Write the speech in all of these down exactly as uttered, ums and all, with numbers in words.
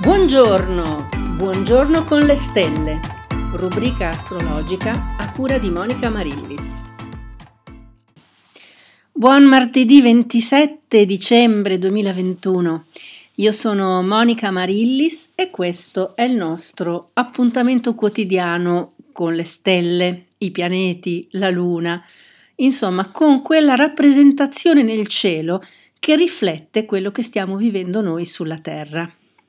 Buongiorno, buongiorno con le stelle, rubrica astrologica a cura di Monica Marillis. Buon martedì ventisette dicembre duemilaventuno, io sono Monica Marillis e questo è il nostro appuntamento quotidiano con le stelle, i pianeti, la luna, insomma con quella rappresentazione nel cielo che riflette quello che stiamo vivendo noi sulla Terra.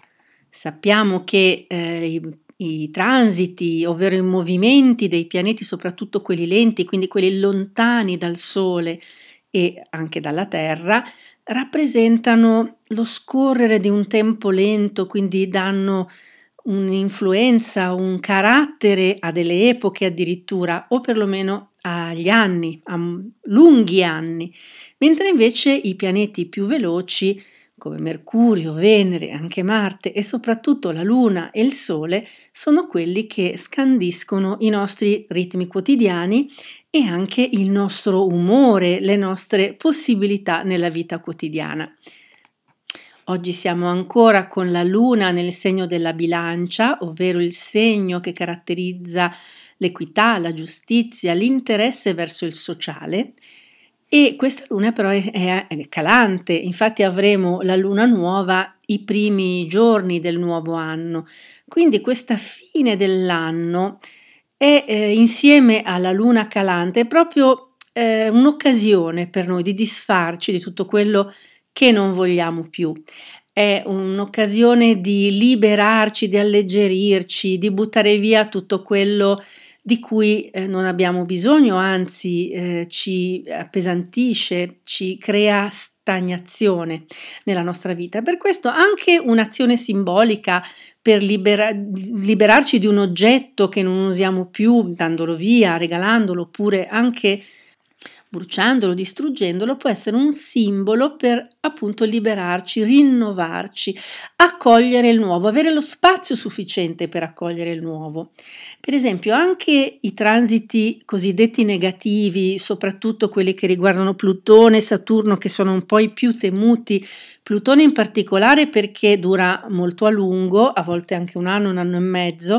Sappiamo che eh, i, i transiti, ovvero i movimenti dei pianeti, soprattutto quelli lenti, quindi quelli lontani dal Sole e anche dalla Terra, rappresentano lo scorrere di un tempo lento, quindi danno un'influenza, un carattere a delle epoche addirittura, o perlomeno agli anni, a lunghi anni, mentre invece i pianeti più veloci come Mercurio, Venere, anche Marte e soprattutto la Luna e il Sole sono quelli che scandiscono i nostri ritmi quotidiani e anche il nostro umore, le nostre possibilità nella vita quotidiana. Oggi siamo ancora con la Luna nel segno della Bilancia, ovvero il segno che caratterizza l'equità, la giustizia, l'interesse verso il sociale. E questa luna però è, è, è calante, infatti avremo la luna nuova i primi giorni del nuovo anno, quindi questa fine dell'anno è eh, insieme alla luna calante è proprio eh, un'occasione per noi di disfarci di tutto quello che non vogliamo più. È un'occasione di liberarci, di alleggerirci, di buttare via tutto quello di cui eh, non abbiamo bisogno, anzi eh, ci appesantisce, ci crea stagnazione nella nostra vita. Per questo anche un'azione simbolica per libera- liberarci di un oggetto che non usiamo più, dandolo via, regalandolo, oppure anche bruciandolo, distruggendolo, può essere un simbolo per appunto liberarci, rinnovarci, accogliere il nuovo, avere lo spazio sufficiente per accogliere il nuovo. Per esempio, anche i transiti cosiddetti negativi, soprattutto quelli che riguardano Plutone e Saturno, che sono un po' i più temuti, Plutone in particolare perché dura molto a lungo, a volte anche un anno, un anno e mezzo,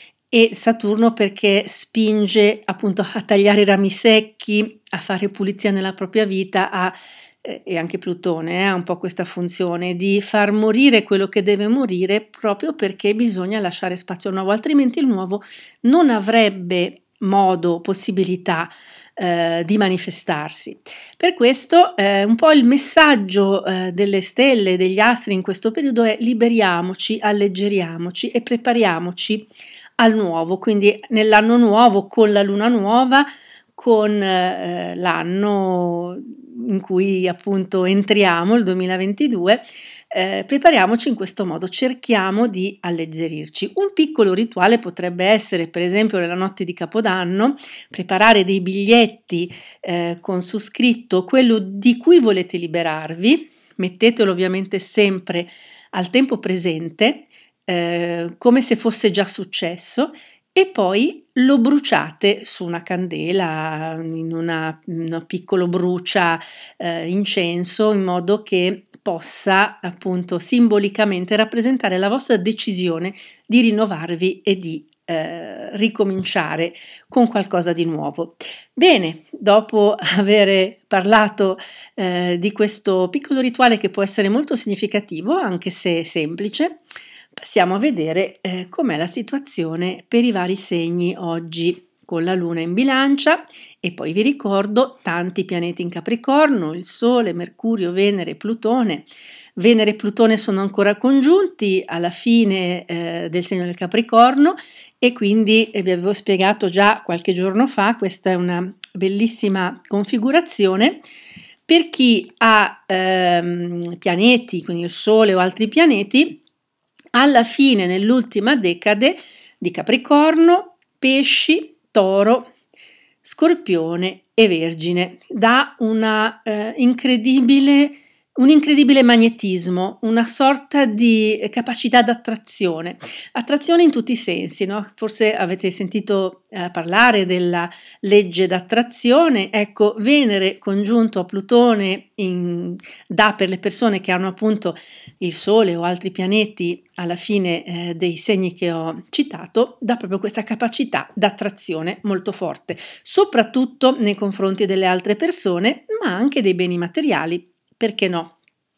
e Saturno perché spinge appunto a tagliare i rami secchi, a fare pulizia nella propria vita, a, eh, e anche Plutone eh, ha un po' questa funzione di far morire quello che deve morire proprio perché bisogna lasciare spazio al nuovo, altrimenti il nuovo non avrebbe modo, possibilità eh, di manifestarsi. Per questo eh, un po' il messaggio eh, delle stelle, degli astri in questo periodo è liberiamoci, alleggeriamoci e prepariamoci al nuovo, quindi nell'anno nuovo con la luna nuova, con eh, l'anno in cui appunto entriamo, il duemilaventidue, eh, prepariamoci in questo modo, cerchiamo di alleggerirci. Un piccolo rituale potrebbe essere, per esempio, nella notte di Capodanno, preparare dei biglietti eh, con su scritto quello di cui volete liberarvi, mettetelo ovviamente sempre al tempo presente, eh, come se fosse già successo, e poi lo bruciate su una candela, in una, una piccolo brucia eh, incenso, in modo che possa appunto simbolicamente rappresentare la vostra decisione di rinnovarvi e di eh, ricominciare con qualcosa di nuovo. Bene, dopo aver parlato eh, di questo piccolo rituale che può essere molto significativo, anche se semplice, passiamo a vedere eh, com'è la situazione per i vari segni oggi con la Luna in Bilancia e poi vi ricordo tanti pianeti in Capricorno, il Sole, Mercurio, Venere, Plutone. Venere e Plutone sono ancora congiunti alla fine eh, del segno del Capricorno e quindi eh, vi avevo spiegato già qualche giorno fa, questa è una bellissima configurazione per chi ha ehm, pianeti, quindi il Sole o altri pianeti, alla fine, nell'ultima decade di Capricorno, Pesci, Toro, Scorpione e Vergine, dà una eh, incredibile un incredibile magnetismo, una sorta di capacità d'attrazione, attrazione in tutti i sensi, no? Forse avete sentito eh, parlare della legge d'attrazione. Ecco, Venere congiunto a Plutone in, dà per le persone che hanno appunto il Sole o altri pianeti alla fine eh, dei segni che ho citato, dà proprio questa capacità d'attrazione molto forte, soprattutto nei confronti delle altre persone, ma anche dei beni materiali. Perché no?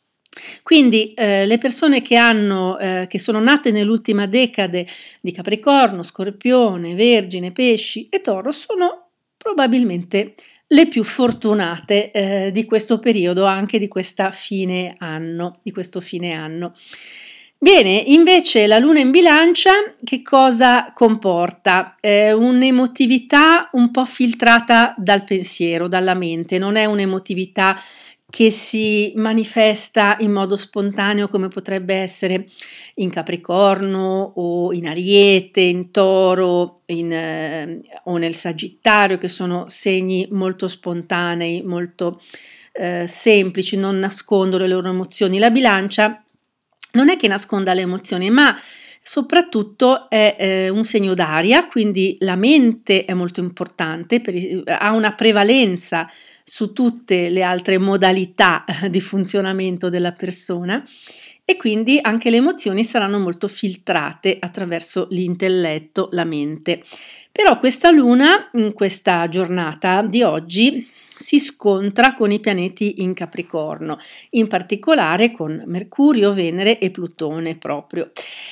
Quindi eh, le persone che hanno, eh, che sono nate nell'ultima decade di Capricorno, Scorpione, Vergine, Pesci e Toro sono probabilmente le più fortunate eh, di questo periodo, anche di questa fine anno, di questo fine anno. Bene, invece la luna in bilancia che cosa comporta? Eh, un'emotività un po' filtrata dal pensiero, dalla mente, non è un'emotività che si manifesta in modo spontaneo come potrebbe essere in Capricorno o in Ariete, in Toro in, eh, o nel Sagittario, che sono segni molto spontanei, molto eh, semplici, non nascondono le loro emozioni. La bilancia non è che nasconda le emozioni, ma soprattutto è eh, un segno d'aria, quindi la mente è molto importante, per, ha una prevalenza su tutte le altre modalità di funzionamento della persona e quindi anche le emozioni saranno molto filtrate attraverso l'intelletto, la mente. Però questa luna in questa giornata di oggi si scontra con i pianeti in Capricorno, in particolare con Mercurio, Venere e Plutone proprio.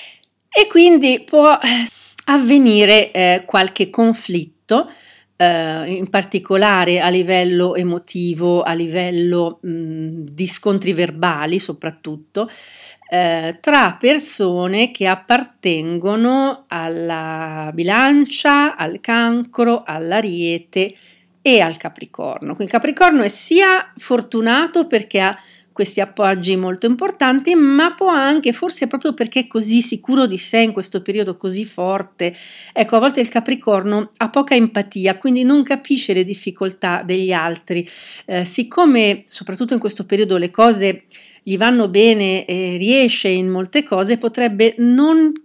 E quindi può avvenire eh, qualche conflitto, eh, in particolare a livello emotivo, a livello mh, di scontri verbali soprattutto, eh, tra persone che appartengono alla bilancia, al cancro, all'ariete e al Capricorno. Quindi il Capricorno è sia fortunato perché ha questi appoggi molto importanti, ma può anche, forse proprio perché è così sicuro di sé in questo periodo così forte, ecco, a volte il Capricorno ha poca empatia, quindi non capisce le difficoltà degli altri. Eh, siccome soprattutto in questo periodo le cose gli vanno bene e riesce in molte cose, potrebbe non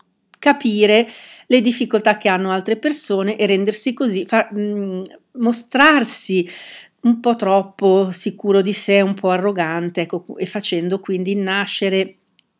capire le difficoltà che hanno altre persone e rendersi così, far, mh, mostrarsi un po' troppo sicuro di sé, un po' arrogante, ecco, e facendo quindi nascere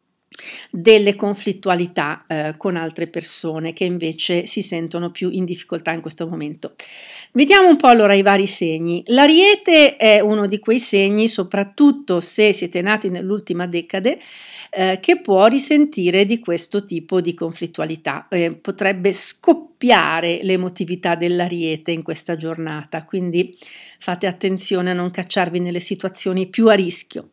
delle conflittualità eh, con altre persone che invece si sentono più in difficoltà in questo momento. Vediamo un po' allora i vari segni. L'Ariete è uno di quei segni, soprattutto se siete nati nell'ultima decade, eh, che può risentire di questo tipo di conflittualità. Eh, potrebbe scoppiare l'emotività dell'Ariete in questa giornata, quindi fate attenzione a non cacciarvi nelle situazioni più a rischio.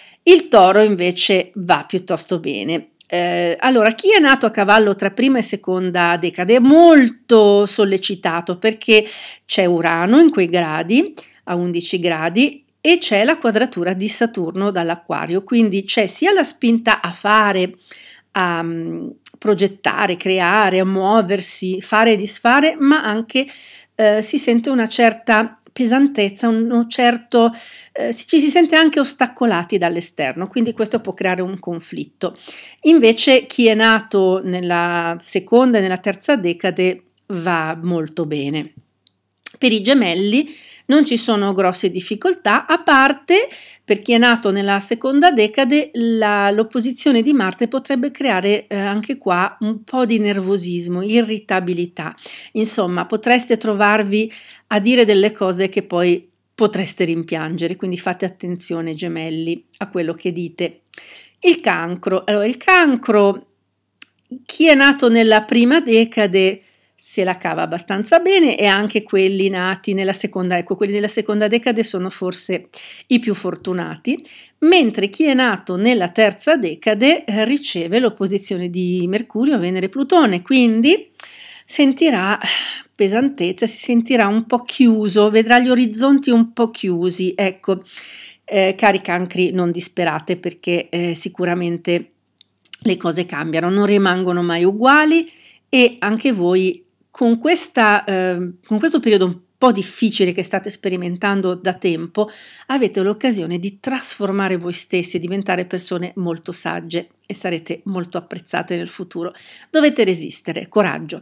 Il Toro invece va piuttosto bene. Eh, allora, chi è nato a cavallo tra prima e seconda decade è molto sollecitato perché c'è Urano in quei gradi, a undici gradi, e c'è la quadratura di Saturno dall'Acquario, quindi c'è sia la spinta a fare, a um, progettare, creare, a muoversi, fare e disfare, ma anche eh, si sente una certa pesantezza, un certo, eh, ci si sente anche ostacolati dall'esterno, quindi questo può creare un conflitto. Invece chi è nato nella seconda e nella terza decade va molto bene. Per i gemelli non ci sono grosse difficoltà, a parte per chi è nato nella seconda decade la, l'opposizione di Marte potrebbe creare eh, anche qua un po' di nervosismo, irritabilità. Insomma, potreste trovarvi a dire delle cose che poi potreste rimpiangere, quindi fate attenzione, gemelli, a quello che dite. Il cancro. Allora, il cancro, chi è nato nella prima decade se la cava abbastanza bene e anche quelli nati nella seconda, ecco, quelli della seconda decade sono forse i più fortunati, mentre chi è nato nella terza decade eh, riceve l'opposizione di Mercurio, Venere e Plutone, quindi sentirà pesantezza, si sentirà un po' chiuso, vedrà gli orizzonti un po' chiusi, ecco, eh, cari cancri, non disperate perché eh, sicuramente le cose cambiano, non rimangono mai uguali e anche voi con, questa, eh, con questo periodo po' difficile che state sperimentando da tempo, avete l'occasione di trasformare voi stessi e diventare persone molto sagge e sarete molto apprezzate nel futuro. Dovete resistere, coraggio.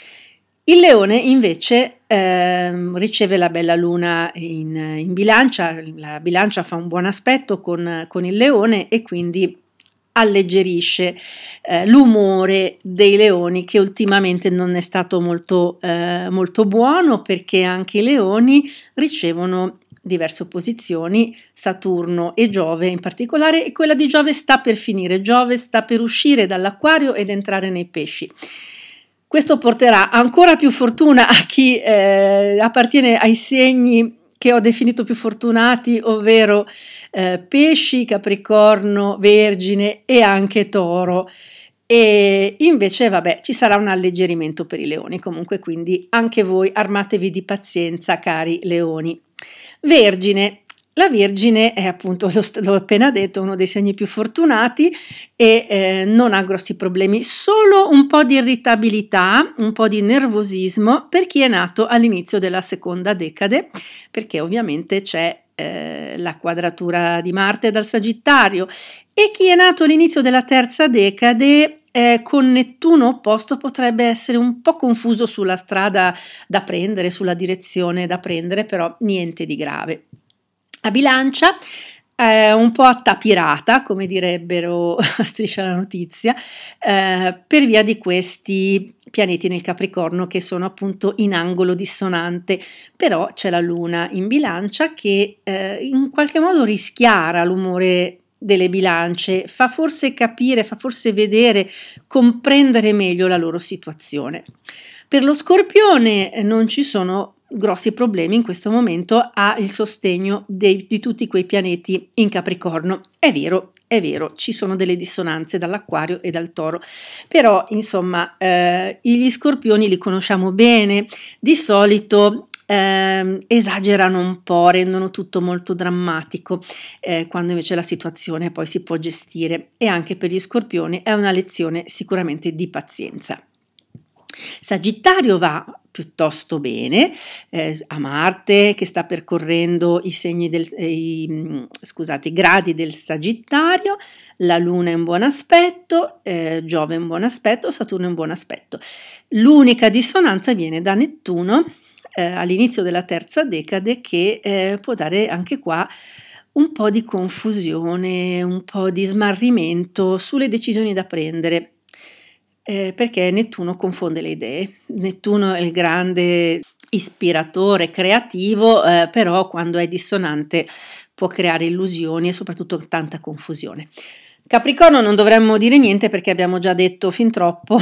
Il leone invece ehm, riceve la bella luna in, in bilancia, la bilancia fa un buon aspetto con, con il leone e quindi alleggerisce eh, l'umore dei leoni, che ultimamente non è stato molto, eh, molto buono, perché anche i leoni ricevono diverse opposizioni, Saturno e Giove in particolare, e quella di Giove sta per finire. Giove sta per uscire dall'Acquario ed entrare nei Pesci. Questo porterà ancora più fortuna a chi eh, appartiene ai segni che ho definito più fortunati, ovvero eh, Pesci, Capricorno, Vergine e anche Toro. E invece, vabbè, ci sarà un alleggerimento per i leoni, comunque, quindi anche voi armatevi di pazienza, cari leoni. Vergine. La Vergine è appunto, l'ho appena detto, uno dei segni più fortunati e eh, non ha grossi problemi, solo un po' di irritabilità, un po' di nervosismo per chi è nato all'inizio della seconda decade, perché ovviamente c'è eh, la quadratura di Marte dal Sagittario, e chi è nato all'inizio della terza decade eh, con Nettuno opposto potrebbe essere un po' confuso sulla strada da prendere, sulla direzione da prendere, però niente di grave. La Bilancia è un po' attapirata, come direbbero a Striscia la Notizia, eh, per via di questi pianeti nel Capricorno che sono appunto in angolo dissonante, però c'è la Luna in Bilancia che eh, in qualche modo rischiara l'umore delle bilance, fa forse capire, fa forse vedere, comprendere meglio la loro situazione. Per lo Scorpione non ci sono grossi problemi in questo momento, ha il sostegno dei, di tutti quei pianeti in Capricorno. È vero, è vero, ci sono delle dissonanze dall'Acquario e dal Toro, però insomma eh, gli Scorpioni li conosciamo bene, di solito eh, esagerano un po', rendono tutto molto drammatico, eh, quando invece la situazione poi si può gestire, e anche per gli Scorpioni è una lezione sicuramente di pazienza. Sagittario va piuttosto bene, eh, a Marte che sta percorrendo i segni del, eh, i, scusate, i gradi del Sagittario, la Luna è in buon aspetto, eh, Giove è in buon aspetto, Saturno è in buon aspetto. L'unica dissonanza viene da Nettuno eh, all'inizio della terza decade, che eh, può dare anche qua un po' di confusione, un po' di smarrimento sulle decisioni da prendere. Eh, perché Nettuno confonde le idee. Nettuno è il grande ispiratore creativo, eh, però quando è dissonante può creare illusioni e soprattutto tanta confusione. Capricorno non dovremmo dire niente perché abbiamo già detto fin troppo,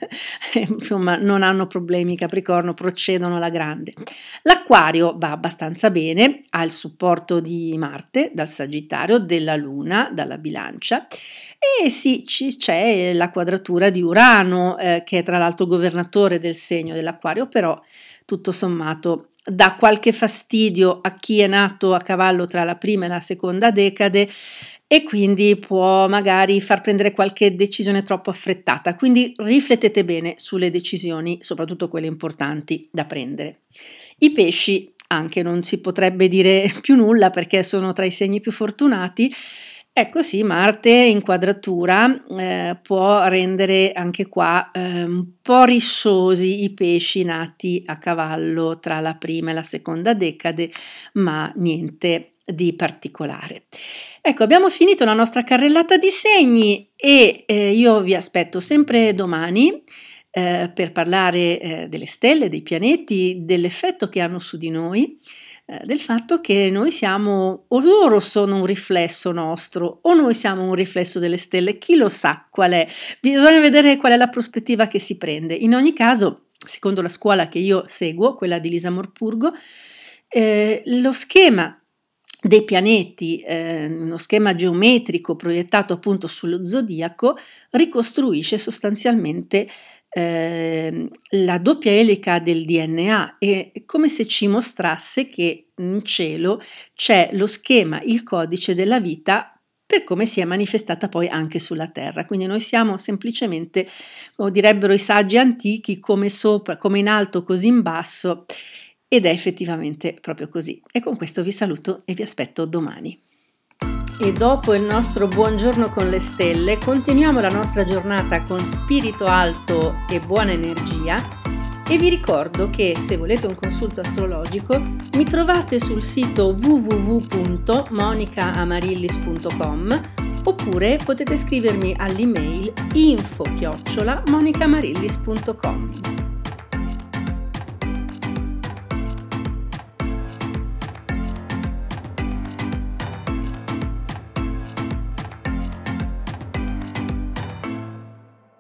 insomma non hanno problemi Capricorno, procedono alla grande. L'Acquario va abbastanza bene, ha il supporto di Marte dal Sagittario, della Luna dalla Bilancia, e sì, ci, c'è la quadratura di Urano eh, che è tra l'altro governatore del segno dell'Acquario, però tutto sommato dà qualche fastidio a chi è nato a cavallo tra la prima e la seconda decade e quindi può magari far prendere qualche decisione troppo affrettata, quindi riflettete bene sulle decisioni, soprattutto quelle importanti da prendere. I pesci anche non si potrebbe dire più nulla perché sono tra i segni più fortunati. Ecco sì, Marte in quadratura eh, può rendere anche qua eh, un po' rissosi i pesci nati a cavallo tra la prima e la seconda decade, ma niente di particolare. Ecco, abbiamo finito la nostra carrellata di segni e eh, io vi aspetto sempre domani eh, per parlare eh, delle stelle, dei pianeti, dell'effetto che hanno su di noi, eh, del fatto che noi siamo, o loro sono un riflesso nostro, o noi siamo un riflesso delle stelle, chi lo sa qual è, bisogna vedere qual è la prospettiva che si prende. In ogni caso, secondo la scuola che io seguo, quella di Lisa Morpurgo, eh, lo schema dei pianeti, eh, uno schema geometrico proiettato appunto sullo zodiaco, ricostruisce sostanzialmente eh, la doppia elica del D N A, è come se ci mostrasse che in cielo c'è lo schema, il codice della vita per come si è manifestata poi anche sulla Terra. Quindi noi siamo semplicemente, o direbbero i saggi antichi, come sopra, come in alto, così in basso. ed è effettivamente proprio così. E con questo vi saluto e vi aspetto domani. E dopo il nostro buongiorno con le stelle, continuiamo la nostra giornata con spirito alto e buona energia. E vi ricordo che se volete un consulto astrologico mi trovate sul sito w w w punto monica amarillis punto com oppure potete scrivermi all'email info chiocciola monica amarillis punto com.